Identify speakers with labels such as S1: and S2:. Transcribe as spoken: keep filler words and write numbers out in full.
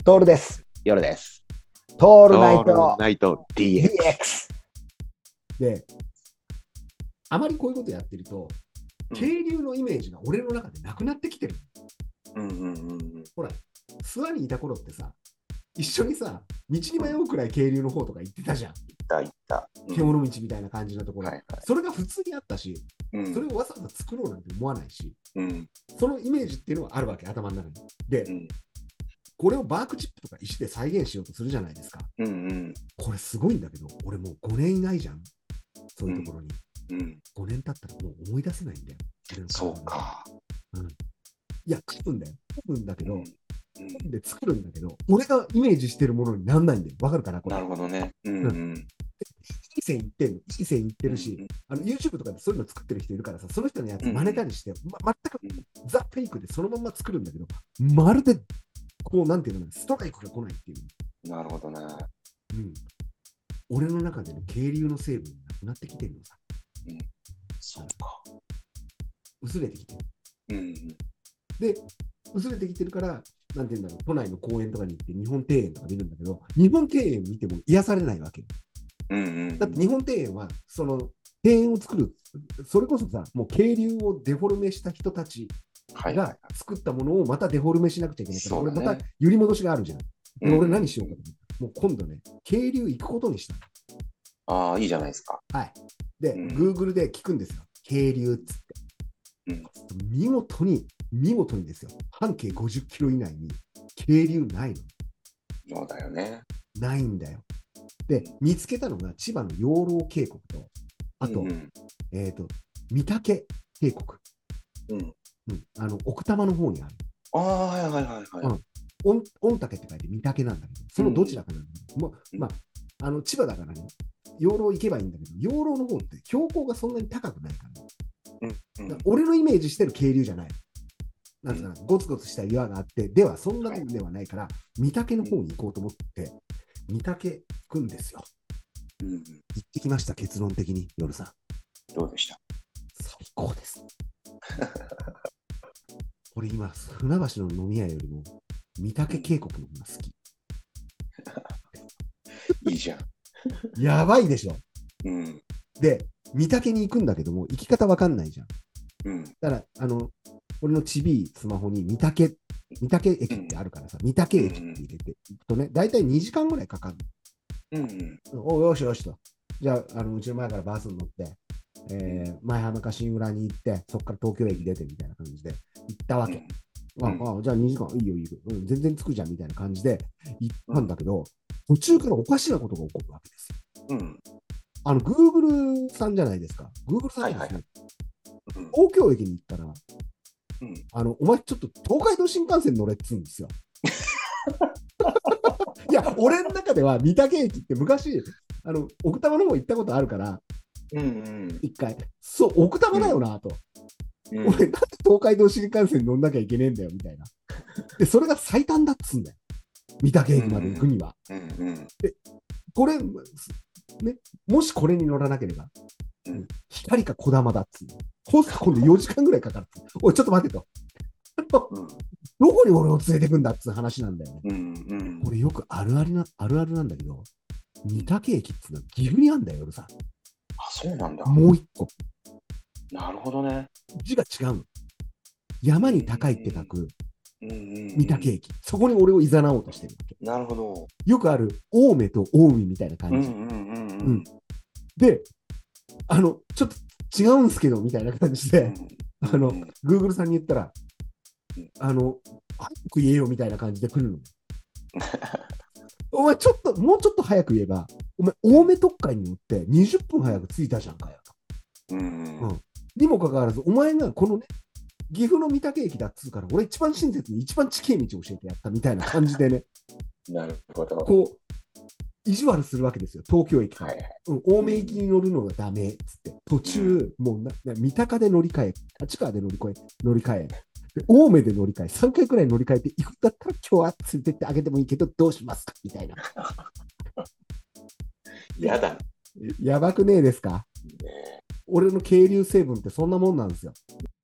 S1: トールです。
S2: 夜です。
S1: トールナイ
S2: オール
S1: ト
S2: ナイト
S1: ディーエック
S2: ディーエックス。
S1: ス。で、あまりこういうことやってると、
S2: うん
S1: 渓流のイメージが俺の中でなくなってきてる。
S2: うんうんうん
S1: ほら、諏訪にいた頃ってさ、一緒にさ、道に迷うくらい渓流の方とか行ってたじゃん。
S2: いったいった。うん
S1: 獣道みたいな感じのところ。
S2: はいはい
S1: それが普通にあったし、
S2: うん
S1: それをわざわざ作ろうなんて思わないし、
S2: うん
S1: そのイメージっていうのはあるわけ、頭の中に。で、
S2: うん
S1: これをバークチップとか石で再現しようとするじゃないですか。
S2: うんうん
S1: これすごいんだけど、俺もうごねんいないじゃん。そういうところに。
S2: うん
S1: ごねん経ったらもう思い出せないんだよ。俺の体
S2: そうか。
S1: うん。いや、組むんだよ。組むんだけど、
S2: うんうん
S1: で作るんだけど、俺がイメージしてるものになんないんだよ。わかるかなこれ。
S2: なるほどね。うんうん
S1: いい線いってるの。いい線いってるし、あの YouTube とかでそういうの作ってる人いるからさ、その人のやつ真似たりして、ま、全くザ・フェイクでそのまま作るんだけど、まるで、こう、なんていうのかな、ストライクが来ないっていう。
S2: なるほどね。
S1: うん。俺の中での渓流の成分がなくなってきてるのさ。
S2: そうか。
S1: 薄れてきてる。
S2: うん
S1: で、薄れてきてるから、なんていうんだろう、都内の公園とかに行って日本庭園とか見るんだけど、日本庭園見ても癒されないわけ。
S2: うんうん
S1: だって日本庭園は、その庭園を作る、それこそさ、もう渓流をデフォルメした人たち
S2: はい
S1: が作ったものをまたデフォルメしなくちゃいけないから、
S2: そうだね
S1: 俺また揺り戻しがあるじゃん。で
S2: うん
S1: 俺何しようかと思って、もう今度ね、渓流行くことにした。
S2: ああ、いいじゃないですか。
S1: はい。で、
S2: うん
S1: Google で聞くんですよ。渓流っつって。
S2: うん
S1: 見事に、見事にですよ。半径ごじゅっキロ以内に渓流ないの。
S2: そうだよね。
S1: ないんだよ。で、見つけたのが千葉の養老渓谷と、あと、
S2: うん
S1: えっ、と、御嶽渓谷。
S2: うんうん
S1: うん、あの、奥多摩の方にある。
S2: ああ、はいはいはいはい。
S1: 御御嶽って書いて御嶽なんだけど、そのどちらかなんだけど、
S2: うん
S1: ままあ、あの、千葉だからね、養老行けばいいんだけど、養老の方って標高がそんなに高くないから、
S2: うんうん
S1: だから俺のイメージしてる渓流じゃない。なんつうかな、ゴツゴツした岩があって、では、そんなのではないから、御嶽の方に行こうと思って、御嶽行くんですよ。
S2: うんうん
S1: 行ってきました、結論的に、夜さん。
S2: どうでした？
S1: 最高です。俺今、船橋の飲み屋よりも、御嶽渓谷の方が好き。
S2: いいじゃん。
S1: やばいでしょ。
S2: うん
S1: で、御嶽に行くんだけども、行き方わかんないじゃん。
S2: うん
S1: だから、あの、俺のちびいスマホに御嶽、御嶽駅ってあるからさ、御嶽駅って入れて行くとね、だいたいにじかんぐらいかかる
S2: うんうん
S1: の。およしよしと。じゃあ、あのうちの前からバスに乗って、えー、前浜か新浦に行って、そこから東京駅出てみたいな感じで行ったわけ。
S2: うん
S1: ああじゃあにじかん、いいよいいよ、うん、全然着くじゃんみたいな感じで行ったんだけど、途中からおかしなことが起こるわけですよ。
S2: うん
S1: あの、Google さんじゃないですか。Google さんがですね、
S2: はいはいはいうん
S1: 東京駅に行ったら、
S2: うん
S1: あの、お前ちょっと東海道新幹線乗れっつうんですよ。いや、俺の中では御嶽駅って昔、あの、奥多摩の方行ったことあるから、
S2: うんうん
S1: 一回、そう、奥多摩だよなと。
S2: うん
S1: 俺、なんで東海道新幹線乗んなきゃいけねえんだよみたいな。で、それが最短だっつうんだよ。御嶽駅まで行くには。
S2: うんうん
S1: これ、ね、もしこれに乗らなければ、
S2: うん
S1: 光か小玉だっつうの。そうすると今度よじかんぐらいかかるっつう。おい、ちょっと待てと。
S2: うん
S1: どこに俺を連れてくんだっつう話なんだよね。
S2: うんうん
S1: これよくあるあるな、あるあるなんだけど、御嶽駅っつうのは岐阜にあんだよ、夜さ。
S2: あ、そうなんだ。
S1: もう一個。
S2: なるほどね。
S1: 字が違うの。山に高いって書く
S2: うんうん
S1: 御嶽駅。そこに俺を誘おうとしてるわけ。
S2: なるほど。
S1: よくある青梅と青海みたいな感じ。
S2: うんうんうんうん
S1: で、あの、ちょっと違うんすけど、みたいな感じで、あの、Google さんに言ったら、あの、早く言えよみたいな感じで来るの。お前、ちょっと、もうちょっと早く言えば、お前、青梅特快に乗ってにじゅっぷん早く着いたじゃんかよと。
S2: うん
S1: うんにもかかわらず、お前がこのね、岐阜の御嶽駅だっつうから、俺一番親切に一番近い道を教えてやったみたいな感じでね、
S2: なるほど。
S1: こう、意地悪するわけですよ、東京駅から。
S2: はいはい。
S1: うん、青梅行きに乗るのがダメっつって、途中、もうなな三鷹で乗り換え、立川で乗り換え、乗り換え、で青梅で乗り換え、さんかいくらい乗り換えて行くんだったら今日は連れてってあげてもいいけど、どうしますかみたいな。
S2: やだね。
S1: やばくねえですか？俺の渓流成分ってそんなもんなんですよ。